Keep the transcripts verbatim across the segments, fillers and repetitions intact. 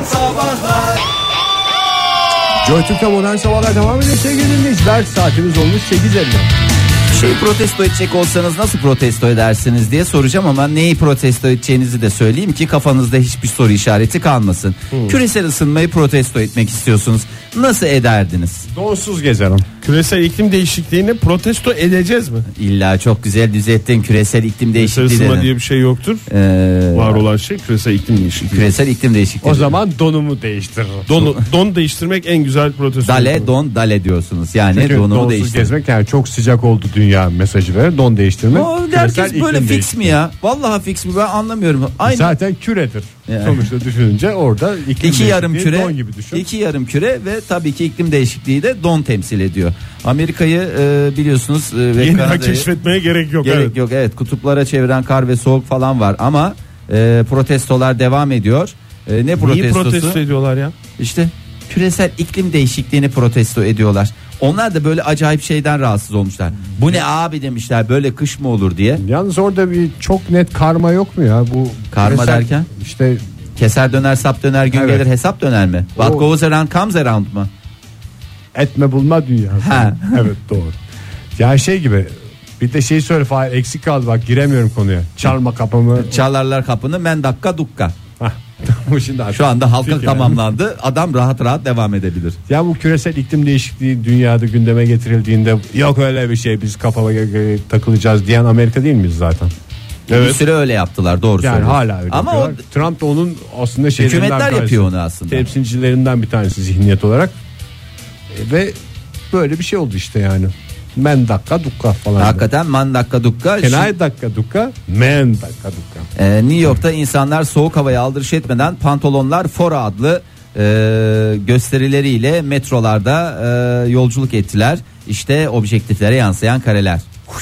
Sabahlar. Joy Türk'te modern sabahlar devam ediyor sevgili dinleyiciler. Saatimiz olmuş sekiz elli. Şeyi protesto edecek olsanız nasıl protesto edersiniz diye soracağım ama neyi protesto edeceğinizi de söyleyeyim ki kafanızda hiçbir soru işareti kalmasın. Hmm. Küresel ısınmayı protesto etmek istiyorsunuz. Nasıl ederdiniz? Donsuz gezerim. Küresel iklim değişikliğini protesto edeceğiz mi? İlla çok güzel düzelttin, küresel iklim değişikliği. Küresel ısınma diye bir şey yoktur. Ee, Var olan şey küresel iklim değişikliği. Küresel iklim değişikliği. O zaman donumu değiştiririm. Donu, don değiştirmek en güzel protesto. Dale yapalım. don dale diyorsunuz. Yani Çünkü donumu değiştirmek. gezmek yani çok sıcak oldu dünya mesajı verir. Don değiştirmek. O, herkes böyle fix mi ya? Vallahi fix mi, ben anlamıyorum. Aynı. Zaten küredir. Yani. Sonuçta düşününce orada iklim iki yarım küre, don gibi düşün. iki yarım küre ve tabii ki iklim değişikliği de don temsil ediyor. Amerika'yı e, biliyorsunuz e, ve yeniden keşfetmeye gerek yok. Gerek evet. yok. Evet, kutuplara çeviren kar ve soğuk falan var ama e, protestolar devam ediyor. E, ne protestosu? Neyi protesto ediyorlar ya? İşte küresel iklim değişikliğini protesto ediyorlar. Onlar da böyle acayip şeyden rahatsız olmuşlar. Bu ne abi demişler, böyle kış mı olur diye. Yalnız orada bir çok net karma yok mu ya? Bu karma küresel, derken? İşte keser döner sap döner gün evet. Gelir hesap döner mi? What o... goes around comes around mı? Etme bulma dünyası. Evet doğru. Ya şey gibi, bir de şey söyle Fahir, eksik kaldı bak, giremiyorum konuya. Çalma kapımı. Çalarlar kapını men dakika dukka. Şimdi şu anda halka tamamlandı. Adam rahat rahat devam edebilir. Ya bu küresel iklim değişikliği dünyada gündeme getirildiğinde yok öyle bir şey, biz kafama takılacağız diyen Amerika değil miyiz zaten? Evet. Bir süre öyle yaptılar, doğru yani söylüyorsun. Hala öyle. Ama o, Trump da onun aslında şeylerinden, hükümetler yapıyor onu aslında. Temsilcilerinden bir tanesi zihniyet olarak. E, ve böyle bir şey oldu işte yani. Men dakika dukka falan. Hakikaten man dakika dukka. Kenay dakika dukka, men dakika dukka. Ee, New York'ta insanlar soğuk havaya aldırış etmeden pantolonlar fora adlı e, gösterileriyle metrolarda e, yolculuk ettiler. İşte objektiflere yansıyan kareler.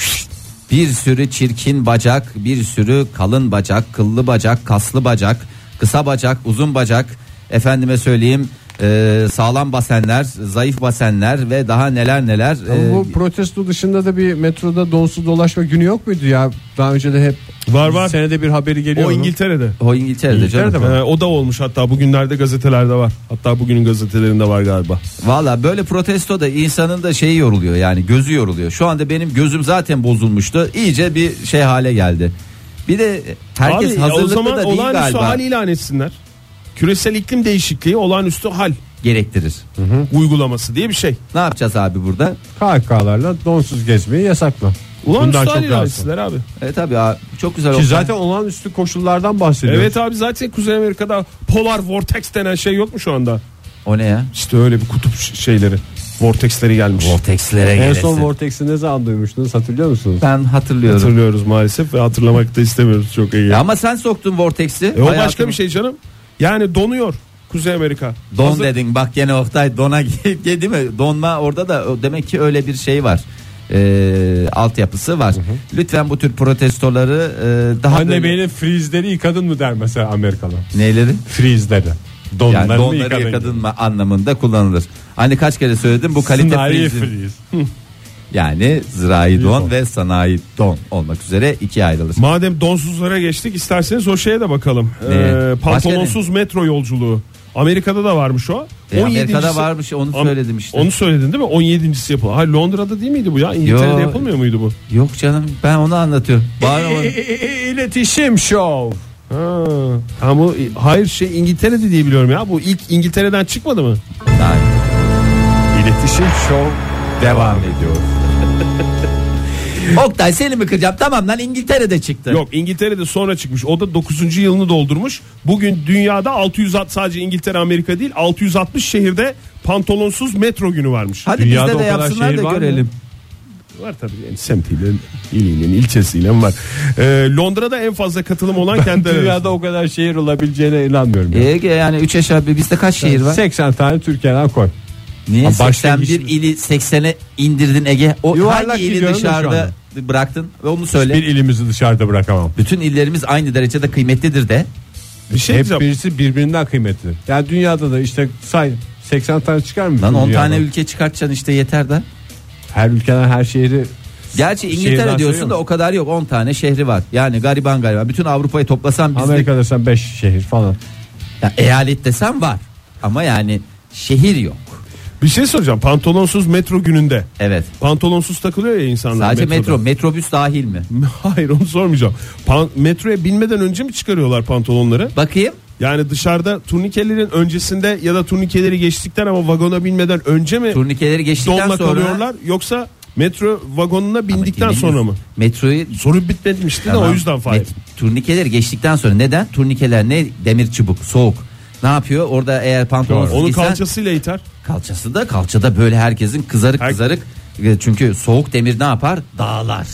Bir sürü çirkin bacak, bir sürü kalın bacak, kıllı bacak, kaslı bacak, kısa bacak, uzun bacak, efendime söyleyeyim Ee, sağlam basenler, zayıf basenler ve daha neler neler. Ama ee, bu protesto dışında da bir metroda donsuz dolaşma günü yok muydu ya? Daha önce de hep var var. Senede bir haberi geliyor. O İngiltere'de. O İngiltere'de, İngiltere'de canım. Ee, o da olmuş, hatta bugünlerde gazetelerde var. Hatta bugünün gazetelerinde var galiba. Valla böyle protesto da insanın da şeyi yoruluyor, yani gözü yoruluyor. Şu anda benim gözüm zaten bozulmuştu. İyice bir şey hale geldi. Bir de herkes abi, hazırlıklı o zaman da değil galiba. olağanüstü hal ilan etsinler. Küresel iklim değişikliği olağanüstü hal gerektirir. Hı hı. Uygulaması diye bir şey. Ne yapacağız abi burada? K H K'larla donsuz gezmeyi yasakla. Olağanüstü hal ilan etsinler abi. Evet abi abi, çok güzel. Ki zaten olağanüstü koşullardan bahsediyoruz. Evet abi, zaten Kuzey Amerika'da polar vortex denen şey yok mu şu anda? O ne ya? İşte öyle bir kutup şeyleri. Vortexleri gelmiş. Vortexlere en gelirsin. son Vortex'i ne zaman duymuştunuz, hatırlıyor musunuz? Ben hatırlıyorum. Hatırlıyoruz maalesef ve hatırlamak da istemiyoruz çok iyi. Ya ama sen soktun Vortex'i. E o hayatım başka bir şey canım. Yani donuyor Kuzey Amerika. Don Hazır... dedin bak, gene Oktay dona değil mi? Donma orada da, demek ki öyle bir şey var. E, altyapısı var. Hı hı. Lütfen bu tür protestoları e, daha anne böyle... benim frizleri yıkadın mı der mesela Amerikalı. Neyleri? Frizleri. Donları, yani donları yıkadın, yıkadın mı anlamında kullanılır. Hani kaç kere söyledim, bu kalite friz. Yani zirai don ve sanayi don olmak üzere ikiye ayrılır. Madem donsuzlara geçtik, isterseniz o şeye de bakalım. Ee, pantolonsuz metro yolculuğu. Amerika'da da varmış o. E, Amerika'da varmış, onu söyledim işte. Onu söyledin değil mi? on yedincisi yapıldı. Hayır, Londra'da değil miydi bu ya? İngiltere'de Yo, yapılmıyor muydu bu? Yok canım, ben onu anlatıyorum. İletişim show. Ha, ha bu, hayır şey İngiltere'de diye biliyorum ya. Bu ilk İngiltere'den çıkmadı mı? Hayır. İletişim show devam ediyor. Oktay, seni mi kıracağım? Tamam lan, İngiltere'de çıktı. Yok, İngiltere'de sonra çıkmış. O da dokuzuncu yılını doldurmuş. Bugün dünyada altı yüz sadece İngiltere, Amerika değil, altı yüz altmış şehirde pantolonsuz metro günü varmış. Hadi dünyada bizde de yapsınlar da görelim. Var tabii, yani semtiyle, iliyle, ilçesiyle var. Ee, Londra'da en fazla katılım olan kentler. Dünyada o kadar şehir olabileceğine inanmıyorum. Ege yani, yani üç aşağı bir, bizde kaç şehir var? seksen tane Türkiye'den koy. Niye seksen bir ili seksene indirdin Ege? O yuvarlak hangi ili dışarıda bıraktın? Ve onu söyle. Bir ilimizi dışarıda bırakamam. Bütün illerimiz aynı derecede kıymetlidir de. Bir şey hep birisi birbirinden kıymetli. Yani dünyada da işte say seksen tane çıkar mı? Lan on tane ülke çıkartacaksın işte, yeter de. Her ülkeden her şehri. Gerçi İngiltere diyorsun da o kadar yok, on tane şehri var. Yani gariban gariban. Bütün Avrupa'yı toplasan bizde. Amerika'da sen beş şehir falan. Ya eyalet desem var ama yani şehir yok. Bir şey soracağım. Pantolonsuz metro gününde. Evet. Pantolonsuz takılıyor ya insanlar. Sadece metroda. metro, metrobüs dahil mi? Hayır, onu sormayacağım. Pan- metroya binmeden önce mi çıkarıyorlar pantolonları? Bakayım. Yani dışarıda turnikelerin öncesinde ya da turnikeleri geçtikten ama vagona binmeden önce mi Turnikeleri geçtikten donla sonra kalıyorlar, yoksa metro vagonuna bindikten Ama sonra mı? Metroyu Soru bitmemişti Tamam. de o yüzden Fahir. Met- turnikeleri geçtikten sonra neden? Turnikeler ne? Demir çubuk, soğuk. Ne yapıyor? Orada eğer pantolonsuz Onu giysen kalçasıyla iter. kalçası da kalçada böyle herkesin kızarık Her- kızarık. E, Çünkü soğuk demir ne yapar? Dağlar.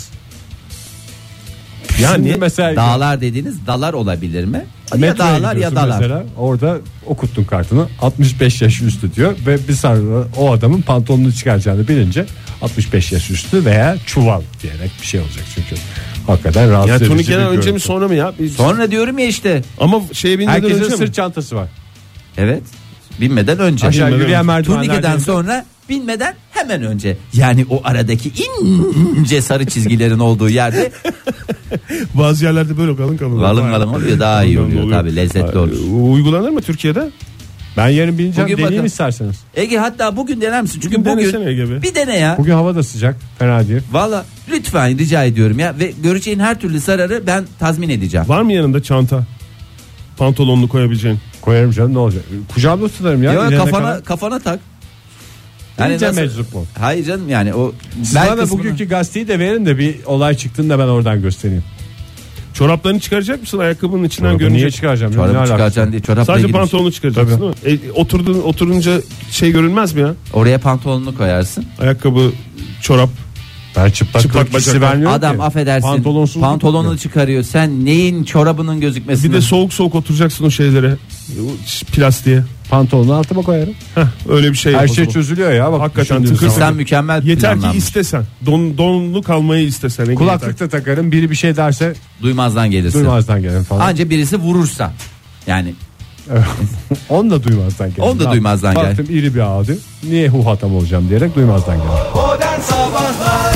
Yani Şimdi mesela Dağlar dediğiniz dalar olabilir mi? Ya metroya dağlar ya gidiyorsun dalar. mesela, orada okuttun kartını, altmış beş yaş üstü diyor ve bir sonra o adamın pantolonunu çıkaracağını bilince altmış beş yaş üstü veya çuval diyerek bir şey olacak çünkü. Hakikaten rahatsız ya edici turnikeden bir önce mi görüntü. sonra mı ya? Biz- Sonra diyorum ya işte. Ama şeye binmeden Herkesin önce sırt mi? çantası var. Evet. Binmeden önce. Aşağı Binmeden yürüyen önce. merdivenlerden Turnikeden indi. sonra binmeden hemen önce. Yani o aradaki ince sarı çizgilerin olduğu yerde Bazı yerlerde böyle kalın kalın. kalın kalın oluyor, daha iyi Kalın oluyor oluyor. tabii, lezzetli olur. Uygulanır mı Türkiye'de? Ben yarın bineceğim, Bugün deneyeyim bakalım. isterseniz. Ege hatta bugün dener misin? Çünkü Bugün bugün denesene Ege be. bir dene ya. Bugün hava da sıcak, fena değil. Valla lütfen rica ediyorum ya, ve göreceğin her türlü zararı ben tazmin edeceğim. Var mı yanında çanta? Pantolonunu koyabileceğin. Koyarım canım, ne olacak? Kucağımda tutarım ya. Ya ileride kafana kadar. kafana tak. İyice nasıl- meczup mu? Hayır canım, yani o Siz bel bana kısmını- bugünkü gazeteyi de verin de bir olay çıktığında ben oradan göstereyim. Çoraplarını çıkaracak mısın? Ayakkabının içinden Çorabı görünecek. niye çıkaracağım? çorabı Ne alakası? çıkaracaksın diye çorapla Sadece ilgili bir şey. pantolonu çıkaracaksın Tabii. değil mi? E, oturduğun, oturunca şey görünmez mi ya? Oraya pantolonunu koyarsın. Ayakkabı, çorap. Ben çıplak, Çıplak çıplak bacaklar. vermiyorum Adam ki. affedersin Pantolonsuz pantolonunu tutuyor. çıkarıyor. Sen neyin çorabının gözükmesini? Bir de soğuk soğuk oturacaksın o şeylere. O plastiğe. Pantolonu altıma koyarım. Heh, öyle bir şey yap Her o şey zaman. çözülüyor ya. Bak, Hakikaten düşündüğünüz tıkır zaman. Sen mükemmel Yeter ki planlanmış. istesen. Don, donlu kalmayı istesen. Ege, yeter Kulaklık ki. da takarım. Biri bir şey derse Duymazdan gelirsin. duymazdan gelirim falan. Anca birisi vurursa. Yani Onu da duymazdan gelirim. Onu da duymazdan gel. Baktım iri bir abi. Niye huhatam olacağım diyerek duymazdan gelirim. Modern Sabahlar.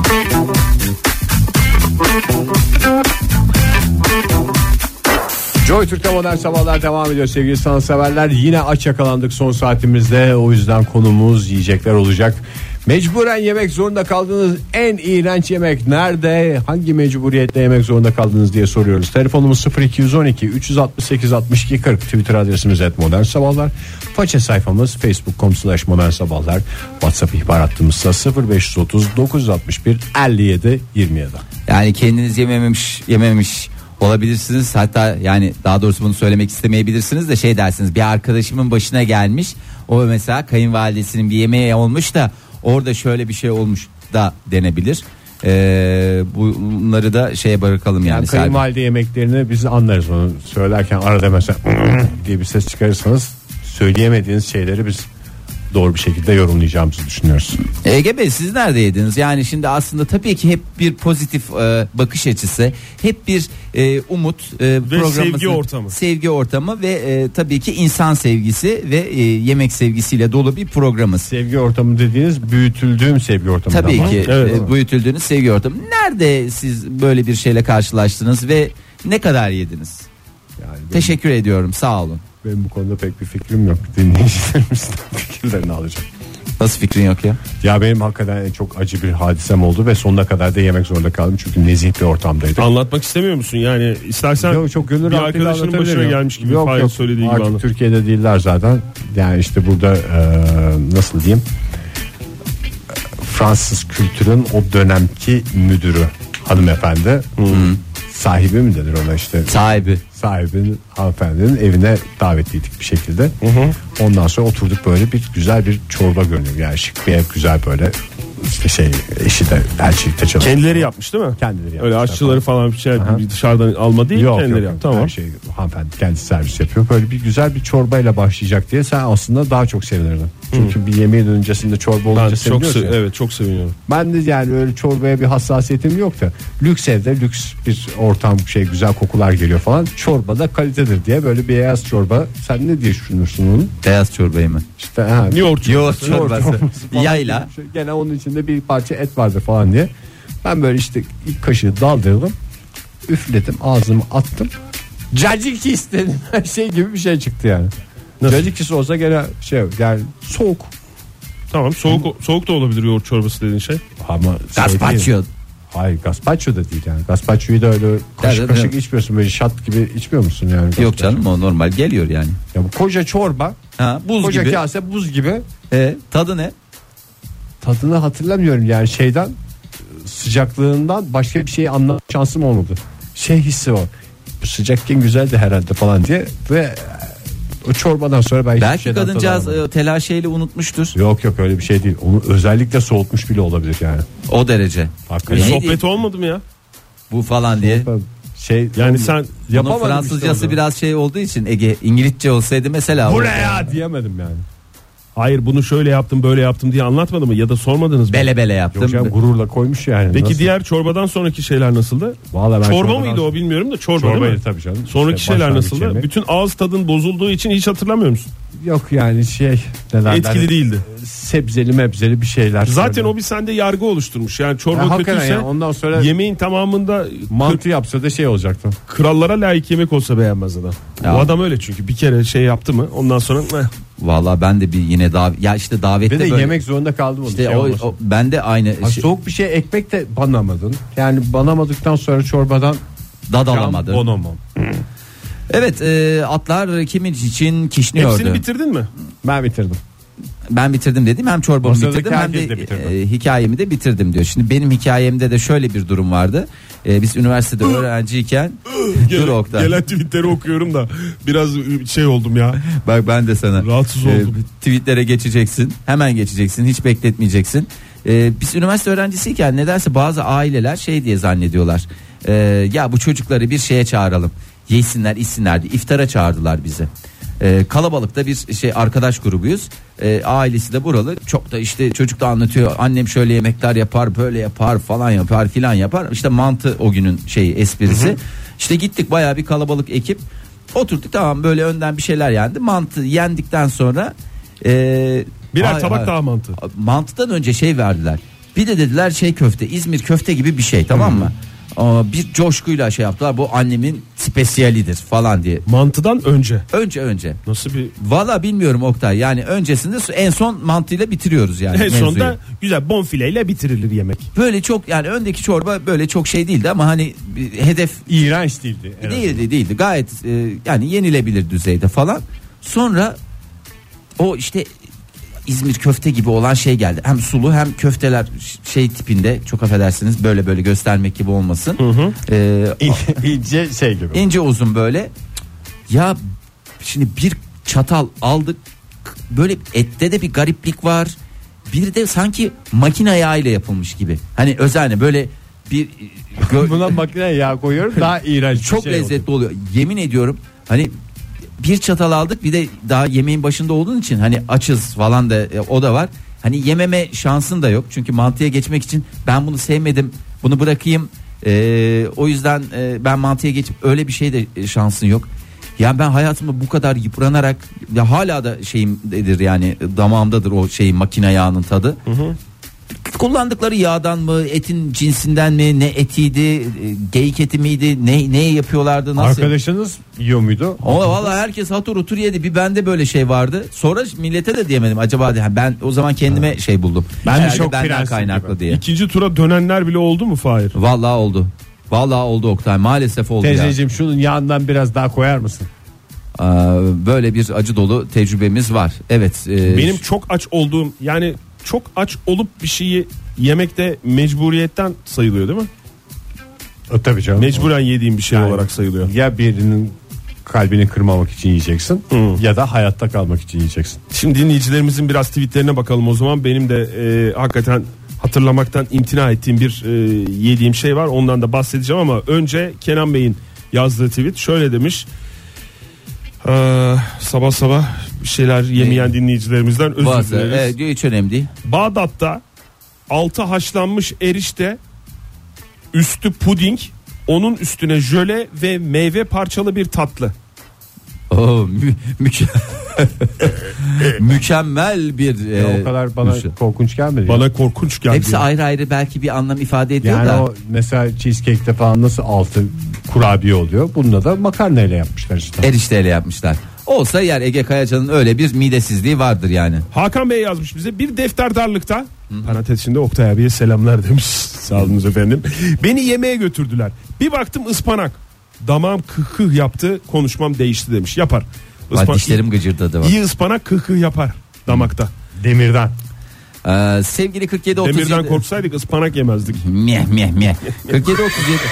Joy Türk'te modern sabahlar devam ediyor sevgili sanatseverler. Yine aç yakalandık son saatimizde. O yüzden konumuz yiyecekler olacak. Mecburen yemek zorunda kaldığınız en iğrenç yemek nerede? Hangi mecburiyetle yemek zorunda kaldınız diye soruyoruz. Telefonumuz sıfır iki on iki üç altı sekiz altmış iki kırk. Twitter adresimiz et modern sabahlar. Faça sayfamız facebook nokta com slash modern sabahlar. WhatsApp ihbar hattımızsa sıfır beş otuz dokuz altmış bir elli yedi yirmi yedi. yani kendiniz yememiş yememiş olabilirsiniz. Hatta yani daha doğrusu bunu söylemek istemeyebilirsiniz de şey dersiniz, bir arkadaşımın başına gelmiş. O mesela kayınvalidesinin bir yemeği olmuş da orada şöyle bir şey olmuş da denebilir. Ee, bunları da şeye bırakalım yani. Yani Serbi. kayınvalide yemeklerini biz anlarız, onu söylerken arada mesela diye bir ses çıkarırsanız söyleyemediğiniz şeyleri biz doğru bir şekilde yorumlayacağımızı düşünüyoruz. Ege Bey, siz nerede yediniz? Yani şimdi aslında tabii ki hep bir pozitif e, bakış açısı, hep bir e, umut e, programımızın- sevgi ortamı. sevgi ortamı ve e, tabii ki insan sevgisi ve e, yemek sevgisiyle dolu bir programımız. Sevgi ortamı dediğiniz büyütüldüğüm sevgi ortamı. Tabii ki Evet. e, büyütüldüğünüz sevgi ortamı. Nerede siz böyle bir şeyle karşılaştınız ve ne kadar yediniz? Yani benim, Teşekkür ediyorum, sağ olun. benim bu konuda pek bir fikrim yok. Dinleyicilerimizden fikirlerini alacağım. Nasıl fikrin yok ya? Ya benim hakikaten çok acı bir hadisem oldu ve sonuna kadar da yemek zorunda kaldım çünkü nezih bir ortamdaydık. Anlatmak istemiyor musun? Yani istersen Yok, çok gönül bir rahatlığıyla arkadaşının başına anlatabilirim. gelmiş gibi Yok, Fahir yok. söylediği gibi Artık anlat. Türkiye'de değiller zaten. Yani işte burada e, nasıl diyeyim, Fransız kültürün o dönemki müdürü hanımefendi, sahibi mi denir ona, işte Sahibi. sahibinin, hanımefendinin evine davetliydik bir şekilde. Ondan sonra oturduk, böyle bir güzel bir çorba görünüyor. Yani şık bir ev, güzel böyle, işte şey, eşi de elçilikte çalışıyor. Kendileri yapmış değil mi? Kendileri Öyle yapmışlar aşçıları falan bir şey Aha. bir dışarıdan alma değil, Yok, kendileri yok, yap. yok. Tamam. Her şey hanımefendi kendisi servis yapıyor. Böyle bir güzel bir çorbayla başlayacak diye sen aslında daha çok sevinirdin. Çünkü bir yemeğin öncesinde çorba olunca Ben çok seviniyorsun se- ya. evet çok seviniyorum. Ben de yani öyle çorbaya bir hassasiyetim yok da lüks evde lüks bir ortam, şey, güzel kokular geliyor falan. Çorba da kalitedir diye böyle bir beyaz çorba. Sen ne diye düşünürsün onu? Beyaz çorbayı mı? İşte ha, Yoğurt. Yoğurt çorbası. falan Yayla. gibi bir şey. Gene onun içinde bir parça et vardı falan diye. Ben böyle işte ilk kaşığı daldırdım. Üfledim, ağzıma attım. Cacikis denilen şey gibi bir şey çıktı yani. Nasıl? Cacikis olsa gene şey yani soğuk. Tamam, soğuk soğuk da olabilir yoğurt çorbası dediğin şey. Ama şey Gazpacho. değil. Hayır, gazpacho da değil yani. Gazpacho'yu da öyle kaşık Evet, kaşık evet. içmiyorsun, böyle şat gibi içmiyor musun yani? Yok gazpacho? canım, o normal geliyor yani. Ya bu koca çorba, Ha, buz koca gibi. kase buz gibi. E, tadı ne? Tadını hatırlamıyorum yani, şeyden, sıcaklığından başka bir şey anlama şansım olmadı. Şey hissi var. Bu sıcakken güzeldi herhalde falan diye ve o çorbadan sonra ben hiçbir Belki şeyden kadıncağız tadı alamadım. e, telaşeyle unutmuştur. Yok yok, öyle bir şey değil. Onu özellikle soğutmuş bile olabilir yani. O derece. Hakikaten. E, Sohbet olmadı mı ya? Bu falan diye. Şey Yani sen Bunun yapamadım Fransızcası işte onu. biraz şey olduğu için Ege, İngilizce olsaydı mesela. Bu o- ne ya diyemedim yani. hayır bunu şöyle yaptım böyle yaptım diye anlatmadı mı ya da sormadınız mı? Bele bele Yok yaptım. canım, gururla koymuş yani. Peki Nasıl? diğer çorbadan sonraki şeyler nasıldı? Vallahi ben Çorba çorbadan- mıydı o bilmiyorum da çorba değil Çorbaydı mi? tabii canım. Sonraki İşte şeyler başlangıç nasıldı? yemek. Bütün ağız tadın bozulduğu için hiç hatırlamıyor musun? Yok yani şey ne derler? Etkili değildi. Sebzeli mebzeli bir şeyler. Zaten Böyle. o bir sende yargı oluşturmuş. Yani çorba Ya hakikaten kötüyse ya, ondan sonra yemeğin tamamında mantı yapsa da şey olacaktı. krallara layık yemek olsa beğenmez adam. Ya. O adam öyle çünkü bir kere şey yaptı mı ondan sonra eh. Vallahi ben de bir yine dav ya işte davette Ve de böyle. yemek zorunda kaldım onu. İşte şey o, olmasın. o ben de aynı Ha, şey, soğuk bir şey ekmek de banamadın. Yani banamadıktan sonra çorbadan dad can alamadı. bonomam. Evet, e, atlar kimin için kişniyordu. Hepsini bitirdin mi? Ben bitirdim. Ben bitirdim dedim, hem çorbamı Masadaki bitirdim hem de, herkes de bitirdi. e, hikayemi de bitirdim diyor. Şimdi benim hikayemde de şöyle bir durum vardı. E, biz üniversitede öğrenciyken dur Oktay. Gelen tweetleri okuyorum da biraz şey oldum ya. Bak ben de sana Rahatsız e, oldum. tweetlere geçeceksin. Hemen geçeceksin. Hiç bekletmeyeceksin. E, biz üniversite öğrencisiyken nedense bazı aileler şey diye zannediyorlar. E, ya bu çocukları bir şeye çağıralım. Yesinler, içsinler diye iftara çağırdılar bizi. E, kalabalıkta bir şey arkadaş grubuyuz. E, ailesi de buralı. Çok da işte çocuk da anlatıyor. Annem şöyle yemekler yapar, böyle yapar falan yapar filan yapar. İşte mantı o günün şeyi esprisi. Hı hı. İşte gittik bayağı bir kalabalık ekip. Oturduk, tamam, böyle önden bir şeyler yendi. Mantı yendikten sonra e, Birer ay- tabak ay- daha mantı. Mantıdan önce şey verdiler. Bir de dediler şey köfte, İzmir köfte gibi bir şey, tamam mı? Aa, bir coşkuyla şey yaptılar. Bu annemin spesiyalidir falan diye. Mantıdan önce. Önce önce. Nasıl bir Valla bilmiyorum Oktay. Yani öncesinde en son mantıyla bitiriyoruz yani. en mevzuyu. sonunda güzel bonfileyle bitirilir yemek. Böyle çok yani öndeki çorba böyle çok şey değildi ama hani bir hedef İğrenç değildi. en azından. değildi değildi. Gayet e, yani yenilebilir düzeyde falan. Sonra o işte İzmir köfte gibi olan şey geldi. Hem sulu hem köfteler şey tipinde, çok affedersiniz böyle böyle göstermek gibi olmasın. Hı hı. Ee, İnce, ince şey gibi. ince uzun böyle. Ya şimdi bir çatal aldık. Böyle ette de bir gariplik var. Bir de sanki makine yağıyla yapılmış gibi. Hani özenle böyle bir gö- Buna makineye yağ koyuyorum, daha iğrenç bir çok şey lezzetli oldu. oluyor. Yemin ediyorum hani bir çatal aldık, bir de daha yemeğin başında olduğun için hani açız falan da e, o da var. Hani yememe şansın da yok. Çünkü mantıya geçmek için ben bunu sevmedim, bunu bırakayım. E, o yüzden e, ben mantıya geçip öyle bir şey de e, şansın yok. Ya ben hayatımda bu kadar yıpranarak, ya hala da şeyimdedir yani, damağımdadır o şey makine yağının tadı. Hı hı. Kullandıkları yağdan mı, etin cinsinden mi, ne etiydi, e, geyik eti miydi, ne ne yapıyorlardı, nasıl? Arkadaşınız yiyor muydu? O vallahi herkes hatır otur yedi. Bir bende böyle şey vardı. Sonra millete de diyemedim acaba diye. Ben o zaman kendime şey buldum. Ben de Herhalde çok benden prensip kaynaklı gibi. diye. İkinci tura dönenler bile oldu mu Fahir? Vallahi oldu. Vallahi oldu Oktay. Maalesef oldu ya. Teyzeciğim şunun yağından biraz daha koyar mısın? Aa, böyle bir acı dolu tecrübemiz var. Evet. e, Benim çok aç olduğum, yani çok aç olup bir şeyi yemekte mecburiyetten sayılıyor değil mi? E, tabii canım. Mecburen yediğim bir şey Yani olarak sayılıyor. Ya birinin kalbini kırmamak için yiyeceksin, Hı. ya da hayatta kalmak için yiyeceksin. Şimdi dinleyicilerimizin biraz tweetlerine bakalım o zaman. Benim de e, hakikaten hatırlamaktan imtina ettiğim bir e, yediğim şey var. Ondan da bahsedeceğim ama önce Kenan Bey'in yazdığı tweet şöyle demiş. Ee, sabah sabah bir şeyler yemeyen dinleyicilerimizden özür bazı, dileriz. e, hiç önemli değil. Bağdat'ta altı haşlanmış erişte, üstü puding, onun üstüne jöle ve meyve parçalı bir tatlı. Oo, mü- müke- mükemmel bir Ya e, o kadar bana müş- korkunç gelmedi. Bana ya. korkunç geldi. Hepsi ayrı ayrı belki bir anlam ifade ediyor Yani da. o mesela cheesecake'te falan nasıl altı kurabiye oluyor. Bunda da makarnayla yapmışlar işte. Erişteyle yapmışlar. Olsa yer Ege Kayacan'ın öyle bir midesizliği vardır yani. Hakan Bey yazmış bize bir defterdarlıkta. Parantez içinde Oktay abiye selamlar demiş. Sağ olunuz efendim. Beni yemeğe götürdüler. Bir baktım ıspanak. Damağım kıh kıh yaptı, konuşmam değişti demiş. Yapar. Ispan- dişlerim gıcırdadı. Bak. İyi ıspanak kıh kıh yapar damakta. Demirden. Ee, sevgili kırk yedi otuz yedi. Demirden korksaydık ıspanak yemezdik. Meh meh meh. kırk yedi otuz yedi.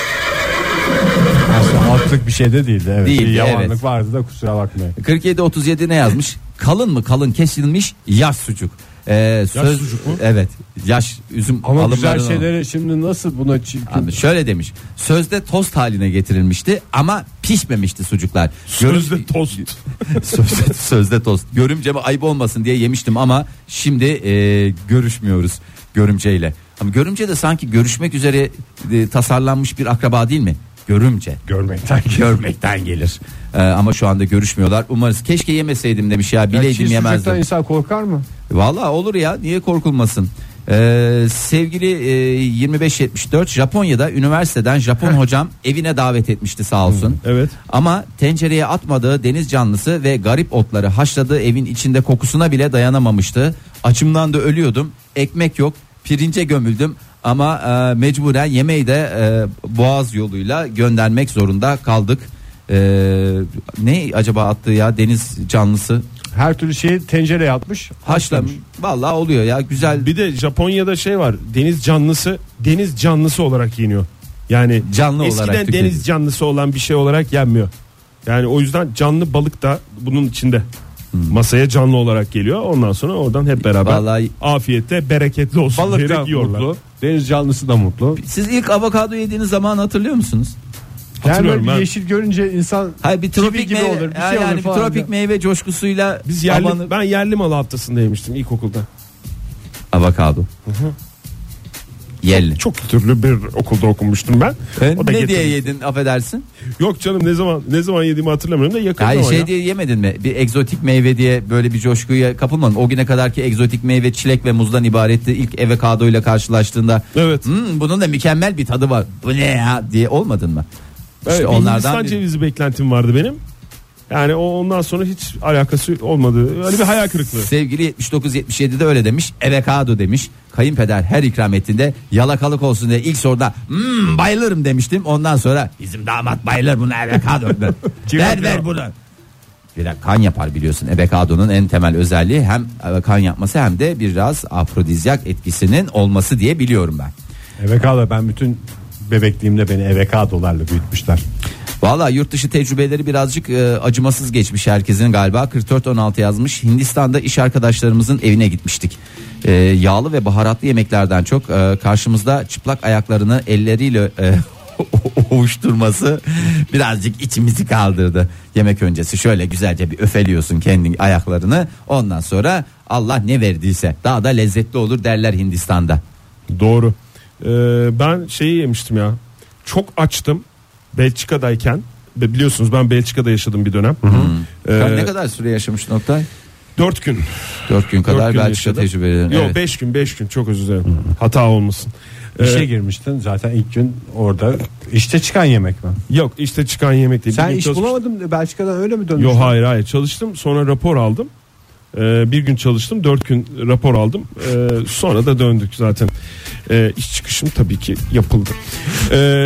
Aslında altlık bir şey de değildi. Evet. Değildi, bir yavanlık evet. vardı da kusura bakmayın. kırk yedi otuz yedi ne yazmış? Kalın mı kalın kesilmiş yaş sucuk. Ee, söz, sucuk mu? Evet. Yaş üzüm Ama güzel alımlarını- şeyleri şimdi nasıl buna çirkin? Abi şöyle demiş. Sözde tost haline getirilmişti ama pişmemişti sucuklar. Sözde tost. sözde, sözde tost. Görümceme ayıp olmasın diye yemiştim ama şimdi e, görüşmüyoruz görümceyle. Ama görümce de sanki görüşmek üzere e, tasarlanmış bir akraba değil mi? Görümce. Görmekten. Görmekten gelir. Ee, ama şu anda görüşmüyorlar. Umarız keşke yemeseydim demiş ya bileydim Yani yemezdim. insan korkar mı? Vallahi olur ya niye korkulmasın. Ee, sevgili e, yirmi beş yetmiş dört Japonya'da üniversiteden Japon hocam evine davet etmişti sağ olsun. Evet. Ama tencereye atmadığı deniz canlısı ve garip otları haşladığı evin içinde kokusuna bile dayanamamıştı. Açımdan da ölüyordum. Ekmek yok. Pirince gömüldüm. Ama e, mecburen yemeği de e, boğaz yoluyla göndermek zorunda kaldık. E, ne acaba attığı ya deniz canlısı? Her türlü şeyi tencereye atmış. Haşlamış. Vallahi oluyor ya güzel. Bir de Japonya'da şey var. Deniz canlısı deniz canlısı olarak yeniyor. Yani Canlı eskiden olarak tüketiyor. deniz canlısı olan bir şey olarak yenmiyor. Yani o yüzden canlı balık da bunun içinde. Hmm. Masaya canlı olarak geliyor. Ondan sonra oradan hep beraber Vallahi- afiyette bereketli olsun Balık da diyerek yiyorlar. mutlu. Deniz canlısı da mutlu. Siz ilk avokado yediğiniz zaman hatırlıyor musunuz? Yani Hatırlıyorum böyle bir ben. yeşil görünce insan Hayır bir kivi tropik gibi meyve, olur, bir şey yani olur bir falan tropik diye. meyve coşkusuyla Biz yerli, abanıp- ben yerli malı haftasında yemiştim ilkokulda. avokado. Yerli. Çok kültürlü bir okulda okumuştum ben. E, O da ne getirdi. diye yedin affedersin? Yok canım ne zaman ne zaman yediğimi hatırlamıyorum da yakın Yani zaman şey ya. diye yemedin mi? Bir egzotik meyve diye böyle bir coşkuya kapılmadın. O güne kadarki egzotik meyve çilek ve muzdan ibaretti. İlk avokado ile karşılaştığında Evet. "Hmm, bunun da mükemmel bir tadı var. Bu ne ya diye olmadın mı? Evet, İşte bir Hindistan onlardan bir- cevizi beklentim vardı benim. Yani o ondan sonra hiç alakası olmadı. Öyle bir hayal kırıklığı. Sevgili yetmiş dokuz yetmiş yedide öyle demiş. Avokado demiş. Kayınpeder her ikram ettiğinde yalakalık olsun diye ilk soruda "Hmm, bayılırım demiştim. Ondan sonra bizim damat bayılır buna avokado. ver ver bunu. Bir de kan yapar biliyorsun. Avokado'nun en temel özelliği hem kan yapması hem de biraz afrodizyak etkisinin olması diye biliyorum ben. Avokado, ben bütün bebekliğimde beni avokadolarla büyütmüşler. Valla yurt dışı tecrübeleri birazcık e, acımasız geçmiş herkesin galiba. kırk dört on altı yazmış. Hindistan'da iş arkadaşlarımızın evine gitmiştik. E, yağlı ve baharatlı yemeklerden çok e, karşımızda çıplak ayaklarını elleriyle e, ovuşturması birazcık içimizi kaldırdı. Yemek öncesi şöyle güzelce bir öfeliyorsun kendi ayaklarını. Ondan sonra Allah ne verdiyse daha da lezzetli olur derler Hindistan'da. Doğru. Ee, ben şeyi yemiştim ya. Çok açtım. Belçika'dayken. Ve biliyorsunuz ben Belçika'da yaşadım bir dönem. Ee, Sen ne kadar süre yaşamış Oktay? Dört gün. Dört gün kadar Dört gün Belçika yaşadım. tecrübeleri. Yok Evet. beş gün beş gün çok özür dilerim. Hata olmasın. İşe Ee, girmiştin zaten ilk gün orada. İşte çıkan yemek mi? Yok işte çıkan yemek değil. Bir Sen gün iş çalışmıştım. bulamadın Belçika'dan öyle mi dönmüştün? Yok hayır hayır çalıştım sonra rapor aldım. Ee, bir gün çalıştım dört gün rapor aldım. Ee, sonra da döndük zaten. Ee, iş çıkışım tabii ki yapıldı. Ee,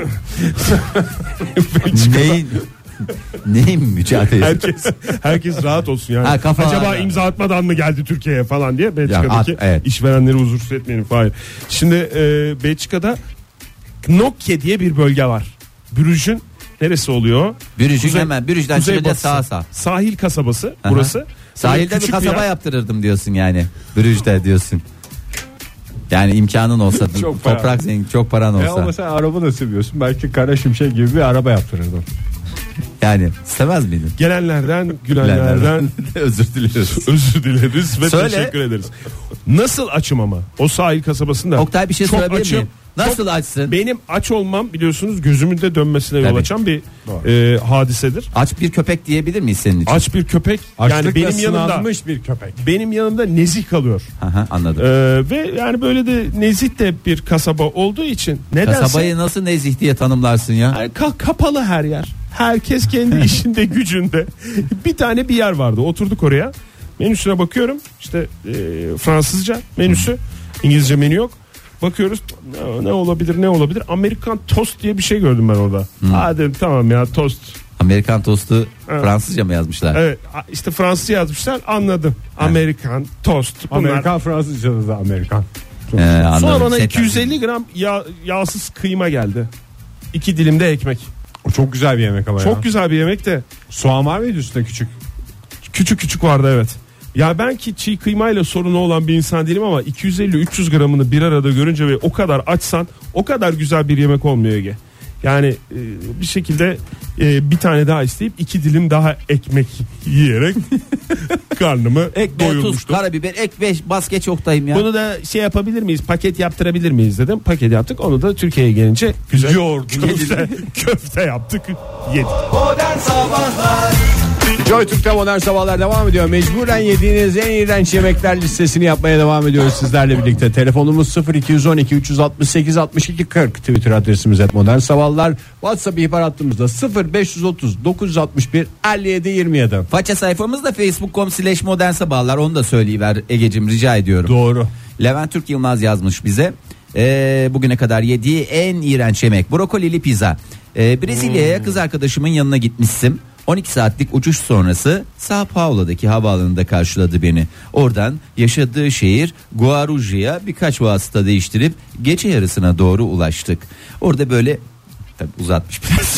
Belçika'da Neyin neyin mücadelesi? herkes herkes rahat olsun yani. Ha, kafalarda. Acaba imza atmadan mı geldi Türkiye'ye falan diye Belçika'daki Ya, at, evet. işverenleri huzursuz etmeyelim. Hayır. Şimdi e, Belçika'da Knokke diye bir bölge var. Brüj'ün neresi oluyor? Brüj'ün Kuzey- hemen Brüj'den kuzey çıkınca batısı. sağa sağ. Sahil kasabası Aha. burası. Sahilde bir Küçük kasaba yer. yaptırırdım diyorsun yani. Brüj'de diyorsun. Yani imkanın olsa Çok para. toprak zengin çok paran E ama olsa. sen araba da seviyorsun. Belki Kara Şimşek gibi bir araba yaptırırdın. Yani istemez miydin? Gelenlerden, gülenlerden Özür diliyoruz. özür dileriz ve Söyle. teşekkür ederiz. Nasıl açım ama? O sahil kasabasında. Oktay bir şey çok sorabilir açım. miyim? Nasıl açsın? Benim aç olmam biliyorsunuz gözümün de dönmesine yol Tabii. açan bir e, hadisedir. Aç bir köpek diyebilir miyiz senin için? Aç bir köpek Açlıkla yani benim yanımda sınanmış bir köpek. benim yanımda nezih kalıyor. Aha, anladım. Ee, ve yani böyle de nezih de bir kasaba olduğu için nedense Kasabayı nasıl nezih diye tanımlarsın ya? yani ka- kapalı her yer. Herkes kendi işinde gücünde. Bir tane bir yer vardı. Oturduk oraya. Menüsüne bakıyorum. İşte e, Fransızca menüsü. İngilizce menü yok. Bakıyoruz ne, ne olabilir ne olabilir. Amerikan tost diye bir şey gördüm ben orada. Hmm. Hadi tamam ya tost. Amerikan tostu Evet. Fransızca mı yazmışlar? Evet işte Fransızca yazmışlar anladım. Amerikan tost. Bunlar. Amerikan Fransızca'da da Amerikan. Ee, anladım. Sonra bana Sen- iki yüz elli gram yağ, yağsız kıyma geldi. İki dilimde ekmek. O çok güzel bir yemek ama Çok ya. güzel bir yemek de. Soğan var mıydı üstünde küçük? Küçük küçük vardı evet. Ya ben ki çiğ kıymayla sorunu olan bir insan değilim ama iki yüz elli üç yüz gramını bir arada görünce ve o kadar açsan o kadar güzel bir yemek olmuyor Ege. Yani e, bir şekilde e, bir tane daha isteyip iki dilim daha ekmek yiyerek karnımı Ek be, tuz, doyurmuştum. karabiber, ek beş bas geç Oktay'ım ya. Bunu da şey yapabilir miyiz? Paket yaptırabilir miyiz dedim. Paket yaptık. Onu da Türkiye'ye gelince güzel Yoğurt, köfte, köfte yaptık. Yedik. Modern Sabahlar Joy Türk'te Modern Sabahlar devam ediyor. Mecburen yediğiniz en iğrenç yemekler listesini yapmaya devam ediyoruz sizlerle birlikte. Telefonumuz sıfır iki on iki üç altı sekiz altmış iki kırk. Twitter adresimiz et Modern Sabahlar. WhatsApp ihbar hattımızda sıfır beş otuz dokuz altmış bir elli yedi yirmi yedi. Faça sayfamız da facebook nokta com slash modern sabahlar, onu da söyleyiver Egeciğim, rica ediyorum. Doğru. Levent Türk Yılmaz yazmış bize. Ee, bugüne kadar yediği en iğrenç yemek brokolili pizza. Ee, Brezilya'ya kız arkadaşımın yanına gitmiştim. on iki saatlik uçuş sonrası Sao Paulo'daki havaalanında karşıladı beni. Oradan yaşadığı şehir Guaruja'ya birkaç vasıta değiştirip gece yarısına doğru ulaştık. Orada böyle tabii uzatmış biraz.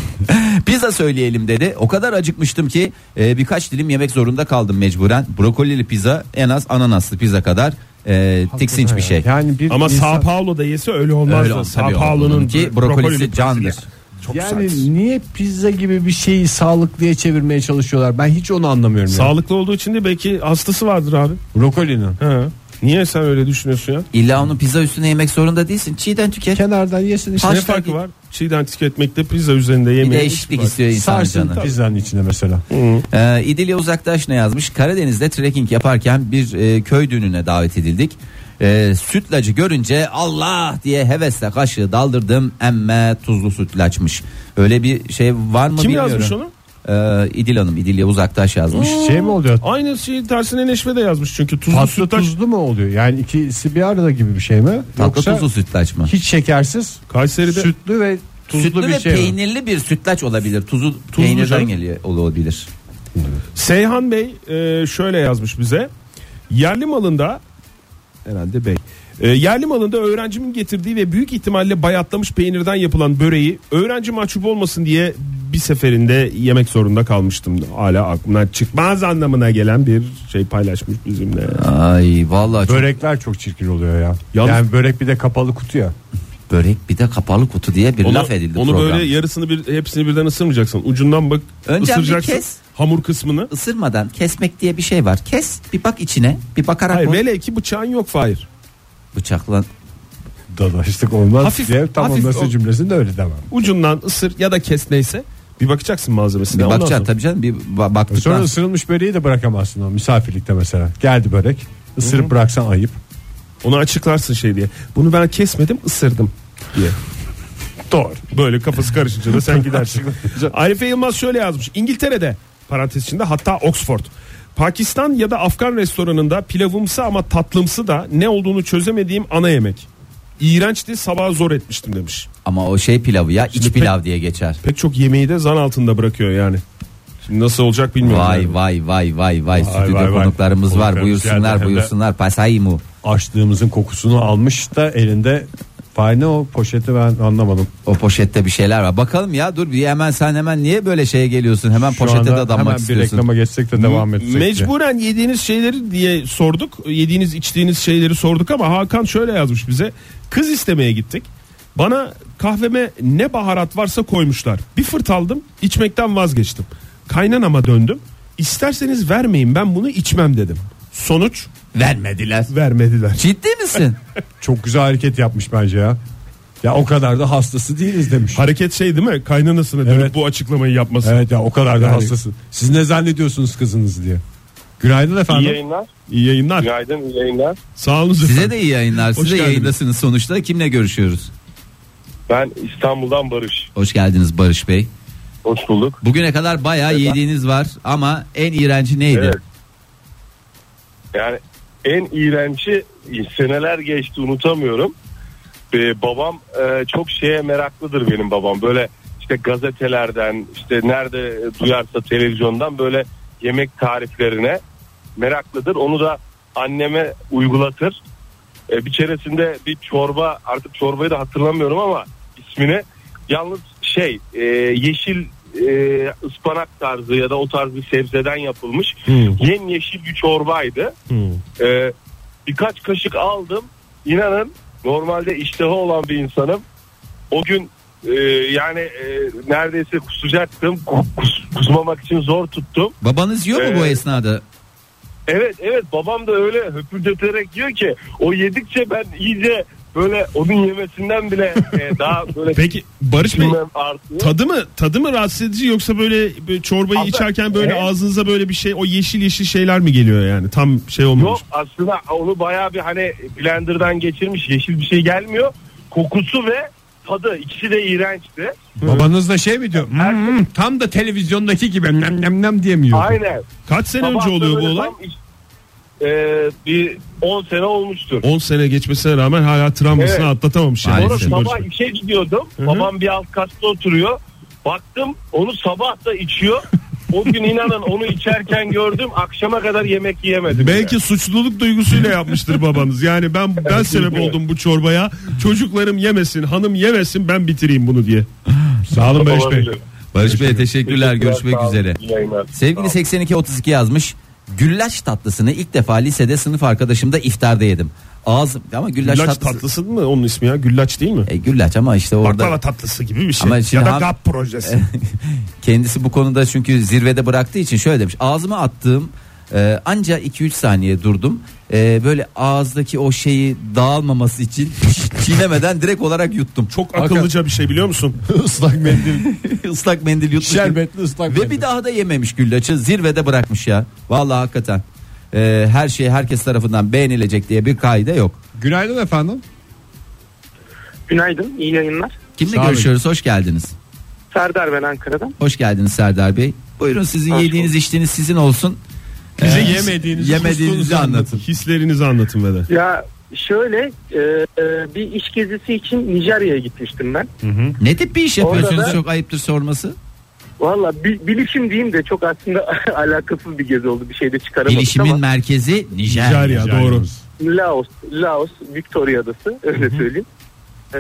Pizza söyleyelim dedi. O kadar acıkmıştım ki e, birkaç dilim yemek zorunda kaldım mecburen. Brokolili pizza en az ananaslı pizza kadar e, tiksinç bir şey. Yani bir Ama insan- Sao Paulo'da yese öyle olmaz Öyle da. olmaz Sao tabii, Paulo'nun onun ki brokolisi candır. Çok yani sert. niye pizza gibi bir şeyi sağlıklıya çevirmeye çalışıyorlar? Ben hiç onu anlamıyorum. ya. Sağlıklı olduğu için de belki hastası vardır abi. Brokolinin. He. Niye sen öyle düşünüyorsun ya? İlla onu pizza üstüne yemek zorunda değilsin. Çiğden tüket. Kenardan yesin işte. Haşla Ne farkı git. var? Çiğden tüketmekte pizza üzerinde Bir yemeği. değişiklik istiyor insan Sarsın canı. pizzanın içine mesela. Ee, İdilya Uzaktaş ne yazmış? Karadeniz'de trekking yaparken bir e, köy düğününe davet edildik. Ee, sütlacı görünce Allah diye hevesle kaşığı daldırdım, emme tuzlu sütlaçmış. Öyle bir şey var mı Kim bilmiyorum. yazmış onu? Ee, İdil Hanım, İdilya Uzaktaş yazmış. Şey mi oluyor? Aynı şeyi tersine Neşve de yazmış çünkü tuzlu Tatlı sütlaç. tuzlu mu oluyor? Yani ikisi bir arada gibi bir şey mi? Tatlı Yoksa tuzlu sütlaç mı? hiç şekersiz, Kayseri'de sütlü ve tuzlu Sütlü bir ve şey mi? peynirli bir sütlaç olabilir. Tuzu Tuzlu peynirden canım. geliyor olabilir. Seyhan Bey e, şöyle yazmış bize. Yerli malında herhalde bey. E, yerli malında öğrencimin getirdiği ve büyük ihtimalle bayatlamış peynirden yapılan böreği öğrenci mahcup olmasın diye bir seferinde yemek zorunda kalmıştım. Hala aklımdan çıkmaz anlamına gelen bir şey paylaşmış bizimle. Ay vallahi çok Börekler çok çirkin oluyor ya. Yalnız- Yani börek bir de kapalı kutu ya. börek bir de kapalı kutu diye bir Onu, laf edildi onu programda. böyle yarısını bir hepsini birden ısırmayacaksın. Ucundan bak Önceden bir ısıracaksın. kes. Hamur kısmını. Isırmadan kesmek diye bir şey var. Kes, bir bak içine, bir bakarak Hayır ol. velev ki bıçağın yok Fahir. Bıçakla Dadaşlık olmaz Hafif- diye tamamlasın hafif o- cümlesini de öyle demem. Ucundan ısır ya da kes neyse. Bir bakacaksın malzemesine. bir ondan bakacaksın sonra. tabii canım, bir ba- Sonra baktıktan ısırılmış böreği de bırakamazsın o misafirlikte mesela. Geldi börek. Isırıp bıraksan ayıp. Onu açıklarsın şey diye. Bunu ben kesmedim ısırdım diye. Doğru. Böyle kafası karışınca da sen gidersin. Arife Yılmaz şöyle yazmış. İngiltere'de parantez içinde hatta Oxford. Pakistan ya da Afgan restoranında pilavımsı ama tatlımsı da ne olduğunu çözemediğim ana yemek. İğrençti, sabah zor etmiştim demiş. ama o şey pilavı ya, iç Şimdi pilav diye geçer. Pek çok yemeği de zan altında bırakıyor yani. Şimdi nasıl olacak bilmiyorum. Vay yani. vay vay vay vay stüdyo vay vay. konuklarımız var. Konuklarımız Buyursunlar geldi. buyursunlar. Pasaymu. Açlığımızın kokusunu almış da elinde. Fay ne o poşeti ben anlamadım. O poşette bir şeyler var. Bakalım ya, dur bir hemen sen hemen niye böyle şeye geliyorsun? Hemen Şu poşete anda de dammak hemen bir istiyorsun. reklama geçsek de devam etsek. Mecburen yediğiniz şeyleri diye sorduk. Yediğiniz içtiğiniz şeyleri sorduk ama Hakan şöyle yazmış bize. Kız istemeye gittik. Bana kahveme ne baharat varsa koymuşlar. Bir fırt aldım, içmekten vazgeçtim. Kaynanama döndüm. İsterseniz vermeyin, ben bunu içmem dedim. Sonuç Vermediler. vermediler. Ciddi misin? Çok güzel hareket yapmış bence ya. Ya o kadar da hastası değiliz demiş. Hareket şey değil mi? Kaynanasına dönüp Evet. bu açıklamayı yapması. Evet ya o kadar da Yani- hastası. Siz ne zannediyorsunuz kızınız diye. Günaydın İyi efendim. yayınlar. İyi yayınlar. Günaydın, iyi yayınlar. Sağ olun. Size de iyi yayınlar. Hoş Siz de geldiniz. yayındasınız sonuçta. Kimle görüşüyoruz? Ben İstanbul'dan Barış. Hoş geldiniz Barış Bey. Hoş bulduk. Bugüne kadar bayağı Evet. yediğiniz var ama en iğrenci neydi? Evet. Yani en iğrenci seneler geçti, unutamıyorum. Ee, babam e, çok şeye meraklıdır benim babam. Böyle işte gazetelerden, işte nerede duyarsa televizyondan böyle yemek tariflerine meraklıdır. Onu da anneme uygulatır. Ee, bir keresinde bir çorba, artık çorbayı da hatırlamıyorum ama ismini, yalnız şey e, yeşil e, ıspanak tarzı ya da o tarz bir sebzeden yapılmış Hmm. yemyeşil bir çorbaydı. Hmm. Ee, birkaç kaşık aldım. İnanın normalde iştahı olan bir insanım. O gün e, yani e, neredeyse kusacaktım. Kus, kusmamak için zor tuttum. Babanız yiyor mu bu Ee, esnada? Evet evet, babam da öyle höpürdeterek yiyor ki o yedikçe ben iyice böyle onun yemesinden bile e, daha böyle Peki Barış Bey, bilmem artıyor. tadı mı tadı mı rahatsız edici, yoksa böyle, böyle çorbayı Abi, içerken böyle evet. ağzınıza böyle bir şey, o yeşil yeşil şeyler mi geliyor yani? Tam şey olmamış. Yok, aslında onu bayağı bir hani blenderdan geçirmiş, yeşil bir şey gelmiyor. Kokusu ve tadı ikisi de iğrençti. Babanız da şey mi diyor? "Hmm, hmm, tam da televizyondaki gibi nem nem nem diye mi yiyor? Aynen. Kaç sene Sabah önce oluyor bu böyle olay? tam iş- Ee, bir on sene olmuştur. on sene geçmesine rağmen hala travmasını Evet. atlatamamış yani. Sonra Maalesef. sabah işe gidiyordum. Hı hı. Babam bir alt katta oturuyor. Baktım onu sabah da içiyor. O gün inanın onu içerken gördüm. Akşama kadar yemek yiyemedim. Belki yani. suçluluk duygusuyla yapmıştır babanız. Yani ben ben sebep oldum bu çorbaya. Çocuklarım yemesin, hanım yemesin, ben bitireyim bunu diye. Sağ olun Barış Bey. Olabilir. Barış Bey teşekkürler. Görüşmek Sağ olun. üzere. İyi yayınlar. Sevgili Sağ olun. seksen iki otuz iki yazmış. Güllaç tatlısını ilk defa lisede sınıf arkadaşımda iftarda yedim. Ağzım ama güllaç, Güllaç tatlısı. tatlısı mı onun ismi ya? Güllaç değil mi? E, güllaç ama işte orada Baklava tatlısı gibi bir şey. Ama şimdi Ya da ham- GAP projesi. kendisi bu konuda çünkü zirvede bıraktığı için şöyle demiş. Ağzıma attığım e, anca iki üç saniye durdum. E, böyle ağızdaki o şeyi dağılmaması için çiğnemeden direkt olarak yuttum. Çok akıllıca bir şey, biliyor musun? Islak mendil. Islak mendil yutmuş. Şerbetli ıslak Ve mendil. bir daha da yememiş güllaçı. Zirvede bırakmış ya. Vallahi hakikaten. E, her şey herkes tarafından beğenilecek diye bir kaide yok. Günaydın efendim. Günaydın, iyi yayınlar. Kimle Sağ olun. görüşüyoruz? Hoş geldiniz. Serdar ben Ankara'dan. Hoş geldiniz Serdar Bey. Buyurun sizin Hoş yediğiniz bulduk. içtiğiniz sizin olsun. Bize Ee, yemediğinizi, yemediğinizi kustuğunuzu anlatın. Hislerinizi anlatın ve de. Ya şöyle e, e, bir iş gezisi için Nijerya'ya gitmiştim ben. Ne tip bir iş yapıyorsunuz? Orada da- Çok ayıptır sorması. Valla bi- bilişim diyeyim de çok aslında alakasız bir gezi oldu. Bir şey de çıkaramadık Bilişimin ama. merkezi Nijerya. Nijerya, doğru. Laos, Laos, Victoria Adası öyle söyleyeyim. E,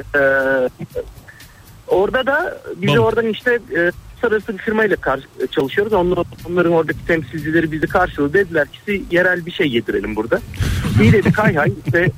orada da biz Balık. oradan işte e, uluslararası bir firmayla kar- çalışıyoruz. Onlar, onların oradaki temsilcileri bizi karşıladı. Dediler ki size yerel bir şey yedirelim burada. İyi dedik hay hay. İşte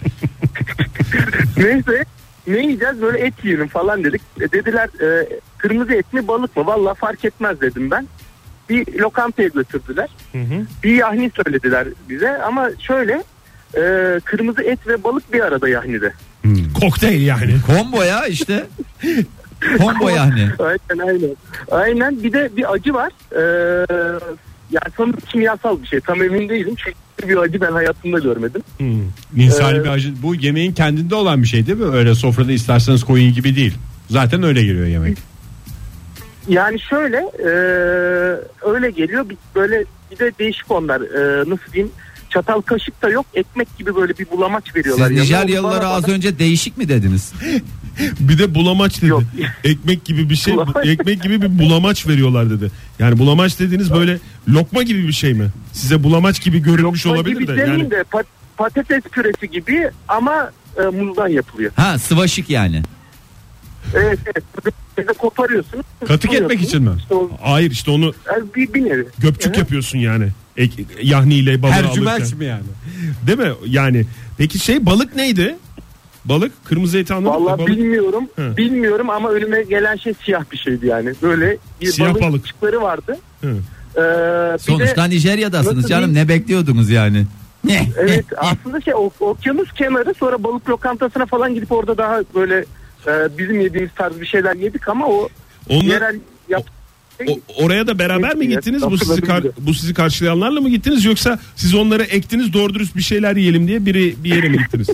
neyse ne yiyeceğiz, böyle et yiyelim falan dedik. E, dediler e, kırmızı et mi balık mı? Vallahi fark etmez dedim ben. Bir lokantaya götürdüler. Bir yahni söylediler bize ama şöyle e, kırmızı et ve balık bir arada yahnide. Kokteyl yani. Kombo ya işte. Kombo yani. Aynen aynen. Aynen, bir de bir acı var. Ee, yani sanırım kimyasal bir şey. Tam emin değilim. Çünkü bir acı ben hayatımda görmedim. İnsani Ee, bir acı. Bu yemeğin kendinde olan bir şey değil mi? Öyle sofrada isterseniz koyun gibi değil. Zaten öyle geliyor yemek. Yani şöyle e, öyle geliyor. Bir, böyle bir de değişik onlar. E, nasıl diyeyim? Çatal kaşık da yok. Ekmek gibi böyle bir bulamaç veriyorlar. Siz yanına. Nijeryalılara Bana- az önce değişik mi dediniz? Bir de bulamaç dedi. Yok. Ekmek gibi bir şey, Bulamaç. ekmek gibi bir bulamaç veriyorlar dedi. Yani bulamaç dediğiniz böyle lokma gibi bir şey mi? Size bulamaç gibi görünmüş Lokma olabilir gibi de. demeyeyim Yani de pat- patates püresi gibi ama e, muzdan yapılıyor. Ha sıvaşık yani. Evet evet. Bir de koparıyorsunuz. Katık etmek için mi? İşte o, hayır, işte onu yani bir, bir nevi. göpçük Hı hı. yapıyorsun yani. Ek, yahniyle balığı Hercüment alırken. mi yani? Değil mi? Yani peki şey, balık neydi? Balık, kırmızı eti anladık da Vallahi balık. bilmiyorum. Hı. Bilmiyorum ama önüme gelen şey siyah bir şeydi yani. Böyle bir Siyah balık balık. çıkları vardı. Hı. Ee, bir Sonuçta de, Nijerya'dasınız nasıl canım. diyeyim? Ne bekliyordunuz yani? Ne? evet aslında şey o- okyanus kenarı, sonra balık lokantasına falan gidip orada daha böyle e, bizim yediğimiz tarz bir şeyler yedik ama o Onlar, yerel yap. o, oraya da beraber mi gittiniz? Bu sizi kar, Hatırladım. bu sizi karşılayanlarla mı gittiniz yoksa siz onları ektiniz doğru dürüst bir şeyler yiyelim diye biri bir yere mi gittiniz?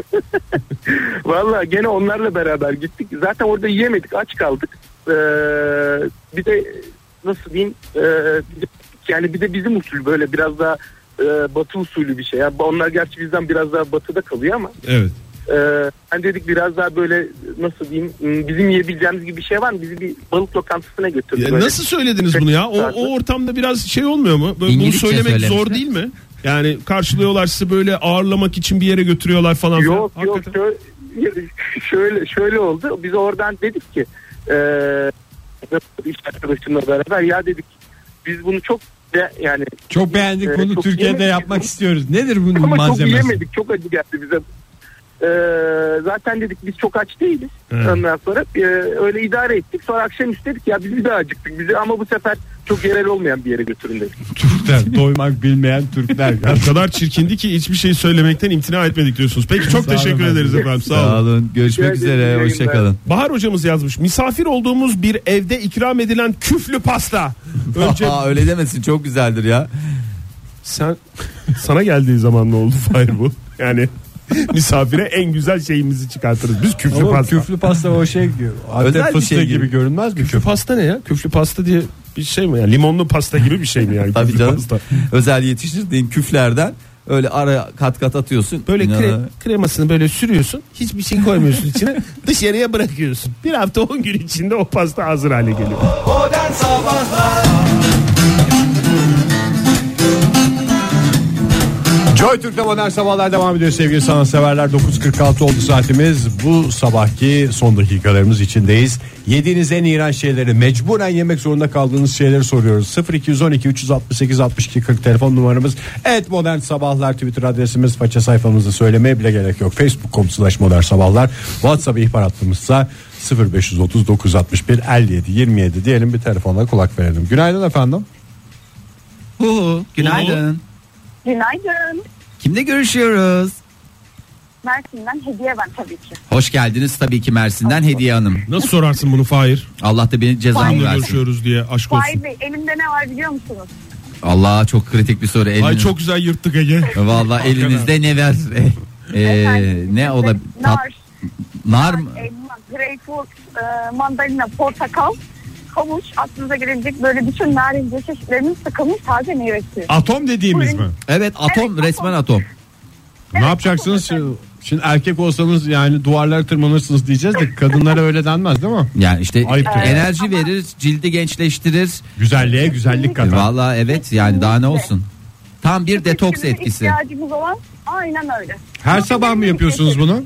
Valla gene onlarla beraber gittik. Zaten orada yiyemedik, aç kaldık. Ee, bir de nasıl diyeyim? Ee, bir de- yani bir de bizim usul böyle biraz daha e, batı usulü bir şey. Yani onlar gerçi bizden biraz daha batıda kalıyor ama. Evet. Ee, hani dedik biraz daha böyle nasıl diyeyim, bizim yiyebileceğimiz gibi bir şey var mı? Bizi bir balık lokantasına götürdü. Ya böyle. nasıl söylediniz bunu ya? O, o ortamda biraz şey olmuyor mu? Böyle bunu İngilizce söylemek söylemişler. zor değil mi? Yani karşılıyorlar sizi böyle ağırlamak için bir yere götürüyorlar falan. Yok filan. yok Hakikaten. şöyle, şöyle şöyle oldu. Biz oradan dedik ki e, iş arkadaşımla beraber ya dedik biz bunu çok de, yani Çok beğendik e, bunu çok Türkiye'de yemedik. yapmak istiyoruz. Nedir bunun Ama çok malzemesi? yiyemedik. Çok acı geldi bize. Ee, zaten dedik biz çok aç değiliz. Evet. Ondan sonra e, öyle idare ettik. Sonra akşam istedik ya biz bir daha acıktık bizi ama bu sefer çok yerel olmayan bir yere götürün dedik. Türkler, doymak bilmeyen Türkler. O kadar çirkindi ki hiçbir şey söylemekten imtina etmedik diyorsunuz. Peki çok Sağ olun teşekkür efendim. ederiz efendim. Sağ Sağ olun. olun. Görüşmek Rica üzere. ederim. Hoşçakalın. Bahar hocamız yazmış. Misafir olduğumuz bir evde ikram edilen küflü pasta. Önce Aa, öyle demesin, çok güzeldir ya. sen sana geldiği zaman ne oldu Fahir bu? Yani misafire en güzel şeyimizi çıkartırız. Biz küflü Ama pasta. küflü pasta o şey gibi. Özel Antep bir fıstığı şey gibi gibi. görünmez mi? Küflü Küflü pasta ne ya? Küflü pasta diye bir şey mi? Yani limonlu pasta gibi bir şey mi yani? Tabii küflü canım. pasta. Özel yetiştirdiğin küflerden öyle ara kat kat atıyorsun. Böyle İnanın- kre, kremasını böyle sürüyorsun. Hiçbir şey koymuyorsun içine. Dışarıya bırakıyorsun. Bir hafta on gün içinde o pasta hazır hale geliyor. Modern Sabahlar Joy Türk'te modern sabahlar devam ediyor sevgili sanatseverler. dokuz kırk altı oldu saatimiz. Bu sabahki son dakikalarımız içindeyiz. Yediğiniz en iğrenç şeyleri, mecburen yemek zorunda kaldığınız şeyleri soruyoruz. sıfır iki on iki üç altı sekiz altmış iki kırk telefon numaramız. Et modern sabahlar Twitter adresimiz, faça sayfamızı söylemeye bile gerek yok. facebook nokta com slash modern sabahlar. WhatsApp ihbar hattımızsa sıfır beş otuz dokuz altmış bir elli yedi yirmi yedi diyelim, bir telefonla kulak verelim. Günaydın efendim. Hu hu, günaydın. Günaydın. Kimle görüşüyoruz? Mersin'den Hediye ben tabii ki. Hoş geldiniz tabii ki Mersin'den Hediye Hanım. Nasıl sorarsın bunu Fahir? Allah da beni cezamı Hayır. versin. Görüşüyoruz diye aşk olsun. Vay Bey elimde ne var biliyor musunuz? Allah, çok kritik bir soru. Ay Eliniz... çok güzel yırttık Ege. Vallahi elinizde ne var? Ee, Efendim, ne işte olabilir? Nar, Nar mı? elma, greyfurt, e, mandalina, portakal, havuç, aklınıza gelebilecek böyle bütün narince çeşitlerinin sıkılmış taze meyvesi. Atom dediğimiz mi? Evet, atom, Evet, resmen atom. atom. Ne Evet, yapacaksınız? atom Şimdi, şimdi erkek olsanız yani duvarlara tırmanırsınız diyeceğiz de kadınlara öyle denmez değil mi? Yani işte Ayıptır. enerji Ama- verir, cildi gençleştirir. Güzelliğe güzellik katar. Vallahi evet, yani daha ne olsun. Tam bir detoks Bizim etkisi. ihtiyacımız olan aynen öyle. Her sabah mı yapıyorsunuz bunu?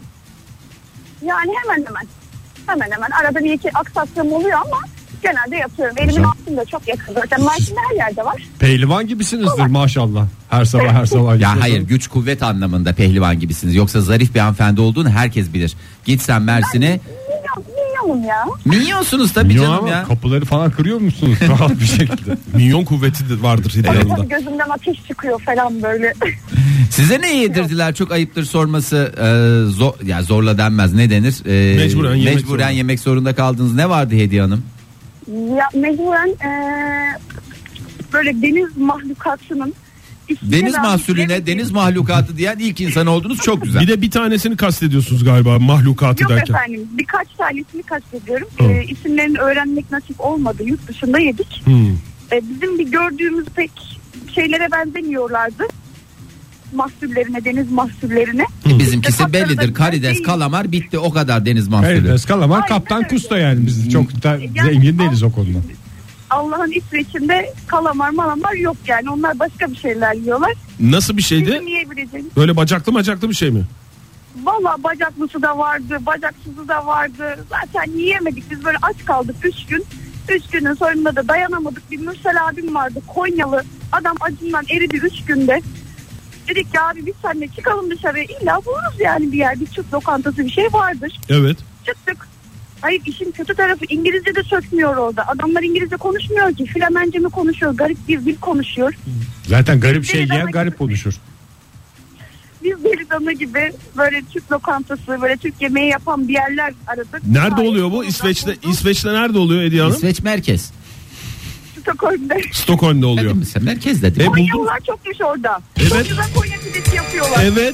Yani hemen hemen. Hemen hemen. Arada bir iki aksaklığım oluyor ama genelde yapıyorum. Elimin Güzel. altında çok yakın. Zaten Mersin'de her yerde var. Pehlivan gibisinizdir maşallah. Her sabah her sabah. Ya gidiyorsunuz. hayır, güç kuvvet anlamında pehlivan gibisiniz. Yoksa zarif bir hanımefendi olduğunu herkes bilir. Gitsen Mersin'e Milyon, milyonum ya. minyonsunuz tabii Milyon canım ama ya. kapıları falan kırıyor musunuz rahat bir şekilde? Milyon kuvveti de vardır Hediye Tabii Hanım'da. tabii gözümden ateş çıkıyor falan böyle. Size ne yedirdiler? Çok ayıptır sorması. Ee, zor, ya zorla denmez, ne denir? Ee, Mecburen yemek mecburen zorunda. yemek zorunda kaldınız. Ne vardı Hediye Hanım? Ya mecburen eee, böyle deniz mahlukatının ismini Deniz ben mahsulüne, bilemedim. deniz mahlukatı diyen ilk insan oldunuz, çok güzel. Bir de bir tanesini kastediyorsunuz galiba mahlukatı Yok derken. efendim birkaç tanesini kastediyorum. Hı. Ee, isimlerini öğrenmek nasip olmadı. Yurt dışında yedik. Hmm. Ee, bizim bir gördüğümüz pek şeylere benzemiyorlardı. Mahsullerine, deniz mahsullerine. Bizimkisi Tatları da bellidir. güzel Karides, değil. kalamar, bitti, o kadar deniz mahsulü. Karides, kalamar, Aynen kaptan öyle. kusta yani biz çok da Yani- zengin değiliz o konuda. Allah'ın İsveç'inde kalamar malamar yok yani. Onlar başka bir şeyler yiyorlar. Nasıl bir şeydi? Bizim yiyebileceğimiz. Böyle bacaklı bacaklı bir şey mi? Valla bacaklısı da vardı, bacaksızı da vardı. Zaten yiyemedik. Biz böyle aç kaldık üç gün. Üç günün sonunda da dayanamadık. Bir Mürsel abim vardı, Konyalı. Adam acından eridi üç günde. Dedik ya abi biz seninle çıkalım dışarıya. İlla buluruz yani bir yer. Bir Türk lokantası bir şey vardır. Evet. Çıktık. Hayır işin kötü tarafı İngilizce de sökmüyor orada. Adamlar İngilizce konuşmuyor ki. Flemence mi konuşuyor? Garip bir dil konuşuyor. Zaten garip şey Deniz yiyen ama- garip konuşur. Biz deli fidanı gibi böyle Türk lokantası, böyle Türk yemeği yapan bir yerler aradık. Nerede Gayet oluyor bu? oradan İsveç'te bulduk. İsveç'te nerede oluyor Hediye Hanım? İsveç merkez. Stockholm'da. Stockholm'da oluyor. Dedim sen merkez dedim. E, buldum. Konyalılar çokmuş orada. Evet. Çok güzel Konya pidesi yapıyorlar. Evet.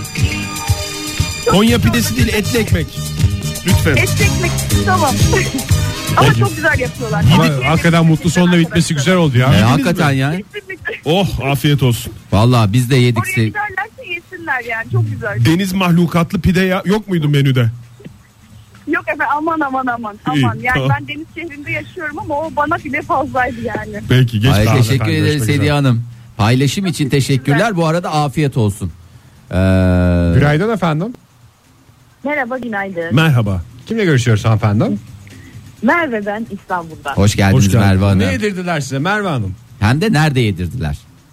Çok Konya güzel pidesi orada. değil, etli ekmek. Lütfen. Etli ekmek tamam. Ama Peki. çok güzel yapıyorlar. Ama Yemek hakikaten yemek mutlu sonla arkadaşlar. bitmesi güzel oldu ya. E, hakikaten ya. Kesinlikle. Oh, afiyet olsun. Vallahi biz de yedik. Oraya sev- giderlerse yesinler yani, çok güzel. Deniz mahlukatlı pide ya, yok muydu menüde? Yok efendim, aman aman aman İyi, aman. Yani tamam. ben deniz şehrinde yaşıyorum ama o bana bile fazlaydı yani. Peki, geç Ay, kalın teşekkür efendim, ederiz görüşmek Hediye üzere. Hanım. Paylaşım için teşekkürler. Bu arada afiyet olsun. Ee, Günaydın efendim. Merhaba, günaydın. Merhaba. Kimle görüşüyoruz hanımefendi? Merve, ben İstanbul'dan. hoş geldiniz Hoş geldin. Merve Hanım. Ne yedirdiler size Merve Hanım? Hem de nerede yedirdiler?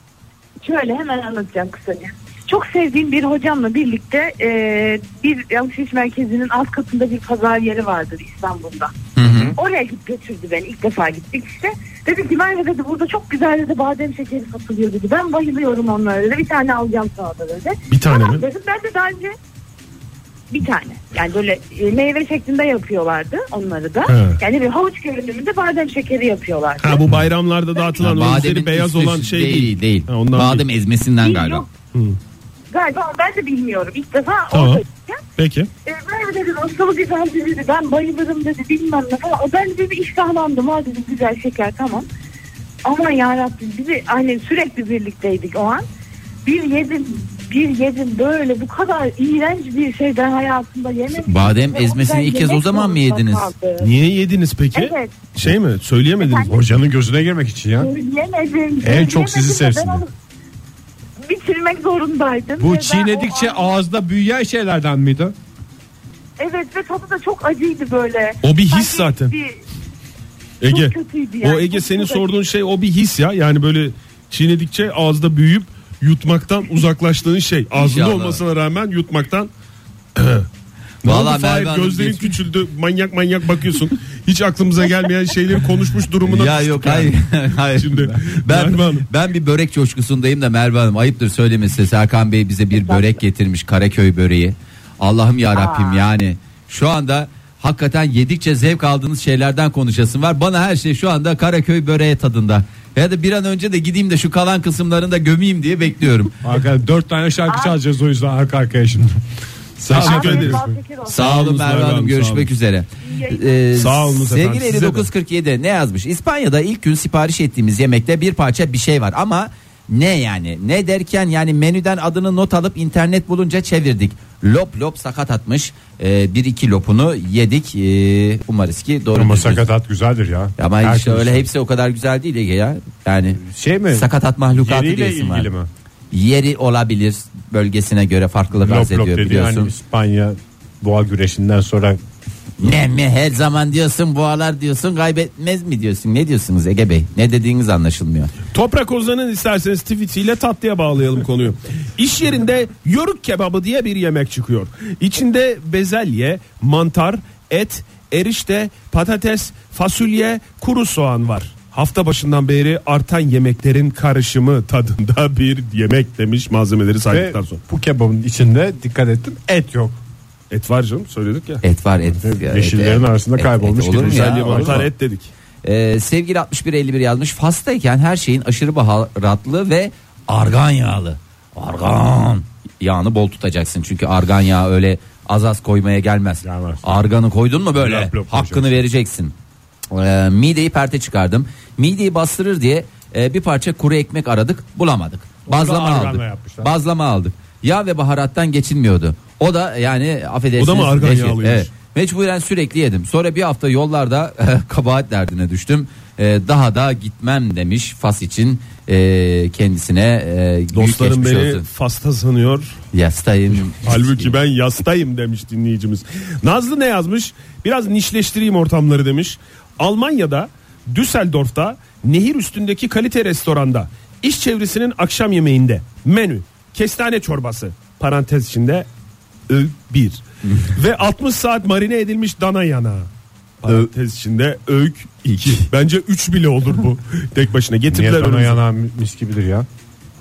Şöyle hemen anlatacağım kısaca. Çok sevdiğim bir hocamla birlikte e, bir alışveriş merkezinin alt katında bir pazar yeri vardır İstanbul'da. Hı hı. Oraya git götürdü beni. İlk defa gittik işte. Dedi ki Merve dedi, burada çok güzel dedi badem şekeri satılıyor dedi. Ben bayılıyorum onlara dedi. Bir tane alacağım sana da dedi. Bir tane Tamam mi? dedim. Ben de daha önce bir tane. Yani böyle e, meyve şeklinde yapıyorlardı onları da. He. Yani bir havuç görünümünde badem şekeri yapıyorlardı. Ha, bu bayramlarda dağıtılan o üzeri beyaz üstü olan şey değil. değil. değil. Ha, ondan Badem değil. ezmesinden Değil, galiba. yok. Galiba ben de bilmiyorum. İlk defa Tamam. orada gideceğim. Peki. E, Merve dedi nasıl güzel dedi. Ben bayılırım dedi. Bilmem ne falan. O ben de bir iştahlandım. Ha dedim güzel şeker tamam. Aman yarabbim bizi hani sürekli birlikteydik o an. Bir yedim bir yedim böyle bu kadar iğrenç bir şey ben hayatımda yemedim. Badem Ve o ezmesini güzel ilk kez o yemek zaman mı zorunda yediniz? kaldı. Niye yediniz peki? Evet. Şey mi? Söyleyemediniz mi? Hocanın gözüne girmek için ya. Yemedim. En çok sizi Yemedim de sevsin ben diye. onu bitirmek zorundaydım. Ve Bu ben çiğnedikçe o an- ağızda büyüyen şeylerden miydi? Evet ve tadı da çok acıydı böyle. O bir his Sanki zaten. bir- Ege. Çok kötüydü yani. O Ege Çok senin çok sorduğun şey o bir his ya. Yani böyle çiğnedikçe ağızda büyüyüp yutmaktan uzaklaştığın şey. Ağzında İnşallah. olmasına rağmen yutmaktan. Vallahi Vallahi Merve Hanım gözlerin geçmiş- küçüldü. Manyak manyak bakıyorsun. Hiç aklımıza gelmeyen şeyleri konuşmuş durumuna Ya düştük yok yani. hayır. hayır. Şimdi ben Merve Hanım. ben bir börek coşkusundayım da Merve Hanım ayıptır söylemesi. Serkan Bey bize bir börek getirmiş, Karaköy böreği. Allah'ım ya Rabbim yani şu anda hakikaten yedikçe zevk aldığınız şeylerden konuşasın var. Bana her şey şu anda Karaköy böreği tadında. Ya da bir an önce de gideyim de şu kalan kısımlarını da gömeyim diye bekliyorum. Arkadaşlar dört tane şarkı çalacağız o yüzden arka arkaya şimdi. Teşekkür Afiyet ederiz. bal şeker olsun. Sağ olun olun Merve Merve Hanım, Hanım, sağ görüşmek olun. üzere. İyi Ee, Sağ olun efendim, sevgili size de. elli dokuz kırk yedi ne yazmış? İspanya'da ilk gün sipariş ettiğimiz yemekte bir parça bir şey var ama ne yani? Ne derken yani menüden adını not alıp internet bulunca çevirdik. Lop lop sakat atmış. Ee, bir iki lopunu yedik. Ee, umarız ki doğru. Ama düzgün. sakatat güzeldir ya. Ama Her işte türlüsü. öyle hepsi o kadar güzel değil Ege ya. Yani Şey mi? sakatat mahlukatı Yeriyle diyorsun var. ilgili mi? Yeri olabilir, bölgesine göre farklılık arz Lop lop ediyor dedi biliyorsun. yani İspanya boğa güreşinden sonra Ne mi her zaman diyorsun boğalar diyorsun kaybetmez mi diyorsun, ne diyorsunuz Ege Bey, ne dediğiniz anlaşılmıyor. Toprak Ozan'ın isterseniz tweetiyle tatlıya bağlayalım konuyu. İş yerinde yörük kebabı diye bir yemek çıkıyor. İçinde bezelye, mantar, et, erişte, patates, fasulye, kuru soğan var. Hafta başından beri artan yemeklerin karışımı tadında bir yemek demiş malzemeleri ve saydıktan sonra. bu kebabın içinde dikkat ettim et yok. Et var canım, söyledik ya. Et var et. Yeşillerin et, arasında et, kaybolmuş et, olur mu gibi. ya? Bezelye, Olur mantar, mu? et dedik. Ee, sevgili altmış bir elli bir yazmış, Fas'tayken her şeyin aşırı baharatlı ve argan yağlı. Argan yağını bol tutacaksın çünkü argan yağı öyle az az koymaya gelmez. Gelmez. Arganı koydun mu böyle Lop lop hakkını koyacaksın. vereceksin. Ee, mideyi perte çıkardım. Mideyi bastırır diye e, bir parça kuru ekmek aradık, bulamadık. Bazlama arganla aldık. yapmışlar. Bazlama aldık. Yağ ve baharattan geçilmiyordu. O da yani affedersiniz. O da mı argan leşi. yağlıymış? Evet. Mecburen sürekli yedim. Sonra bir hafta yollarda kabahat derdine düştüm. Ee, daha da gitmem demiş Fas için e, kendisine e, büyük Dostlarım geçmiş beni olsun. Fas'ta sanıyor. Yastayım. Halbuki ben yastayım demiş dinleyicimiz. Nazlı ne yazmış? Biraz nişleştireyim ortamları demiş. Almanya'da Düsseldorf'ta nehir üstündeki kalite restoranda iş çevresinin akşam yemeğinde menü kestane çorbası parantez içinde ö bir ve altmış saat marine edilmiş dana yanağı parantez içinde öğük iki. Bence üç bile olur bu tek başına. Niye Getirdiler bana önümüze. yanağı mis gibidir ya.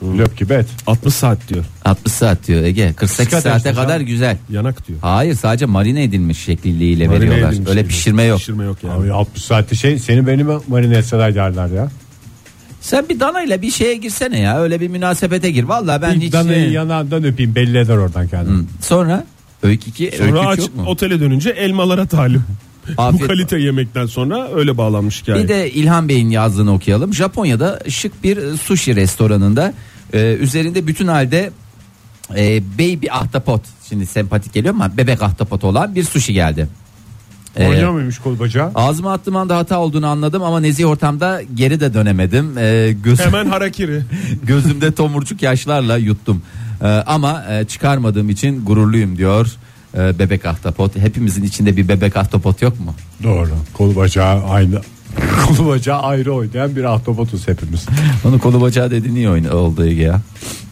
Löp gibi et. altmış saat diyor. altmış saat diyor Ege. kırk sekiz Dikkat saate etsin kadar canım. güzel. Yanak diyor. Hayır, sadece marine edilmiş şekliyle Marine veriyorlar. edilmiş Öyle şey. pişirme yok. Pişirme yok yani. Abi altmış saatte şey seni beni marine etseler derler ya. Sen bir danayla bir şeye girsene ya. Öyle bir münasebete gir. Vallahi ben İlk hiç danayı şey- yanağından öpeyim, belli eder oradan kendini. Hı. Sonra öykü iki, Sonra öykü aç, yok mu? otele dönünce elmalara talim. Bu Afiyet kalite yemekten sonra öyle bağlanmış hikaye. Bir de İlhan Bey'in yazdığını okuyalım. Japonya'da şık bir sushi restoranında e, üzerinde bütün halde e, baby ahtapot, şimdi sempatik geliyor ama bebek ahtapot olan bir sushi geldi. E, Oynuyor muymuş kol bacağı? ağzıma attığım anda hata olduğunu anladım ama nezih ortamda geri de dönemedim. E, göz, Hemen harakiri. gözümde tomurcuk yaşlarla yuttum. E, ama e, çıkarmadığım için gururluyum diyor. e, Bebek ahtapot. Hepimizin içinde bir bebek ahtapot yok mu? Doğru. Kol bacağı aynı. Kol bacağı ayrı oynayan bir ahtapotuz hepimiz. Onu kolu bacağı dediğin iyi oyun oldu Ege ya.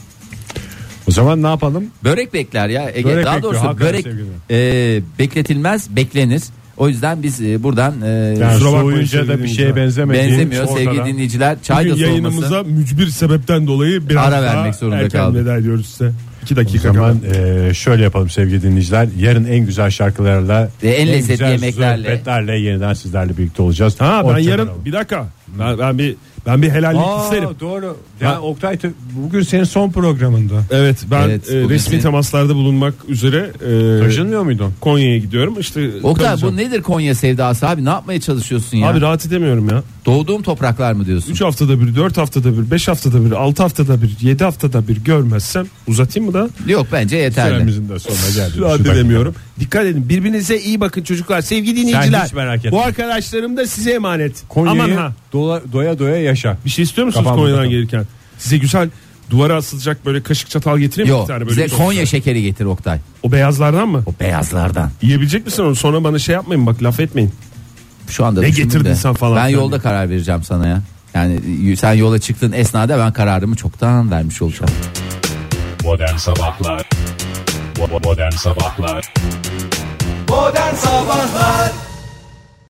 O zaman ne yapalım? Börek bekler ya Ege. Börek Daha bekliyor, doğrusu hakikaten börek sevgili. e, bekletilmez, beklenir. O yüzden biz e, buradan e, Yani Kusura bakmayın soğuyunca da sevgili bir şeye dinleyiciler. benzemediği benzemiyor için sevgili ortada. dinleyiciler. Çay da Bugün soğuması. yayınımıza mücbir sebepten dolayı biraz Ara daha vermek zorunda erken kaldık. veda ediyoruz size. iki O dakika zaman kadar. e, şöyle yapalım sevgili dinleyiciler. Yarın en güzel şarkılarla, Ve en lezzetli güzel yemeklerle. sohbetlerle yeniden sizlerle birlikte olacağız. Ha ben Hoşça yarın kalın. bir dakika. Ben, ben bir ben bir helallik Aa, isterim. doğru. Ya Ha. Oktay te- bugün senin son programında. Evet ben Evet, e, bugün resmi senin- temaslarda bulunmak üzere e, Taşınmıyor muydun? Konya'ya gidiyorum. İşte Oktay kalacağım. bu nedir Konya sevdası abi? Ne yapmaya çalışıyorsun ya? Abi rahat edemiyorum ya. Doğduğum topraklar mı diyorsun? üç haftada bir, dört haftada bir, beş haftada bir, altı haftada bir, yedi haftada bir görmezsem uzatayım mı da? Yok bence yeterli. Süremizin de sonuna geldik. Rahat Şu edemiyorum. Dikkat edin. Birbirinize iyi bakın çocuklar. Sevgili dinleyiciler. hiç merak etme. Bu arkadaşlarım da size emanet. Konya'yı Aman ha. dola- doya doya yaşa. Bir şey istiyor musunuz Kafam Konya'dan bakalım. gelirken? Size güzel duvara asılacak böyle kaşık çatal getireyim mi? Yok, Bir tane böyle bize çok Konya güzel. şekeri getir Oktay. O beyazlardan mı? O beyazlardan. Yiyebilecek misin onu? Sonra bana şey yapmayın bak, laf etmeyin. Şu anda Ne düşündüm getirdin de. sen falan Ben filan yolda diye. karar vereceğim sana ya. Yani y- sen yola çıktığın esnada ben kararımı çoktan vermiş olacağım. Modern Sabahlar Bo- Modern Sabahlar Modern Sabahlar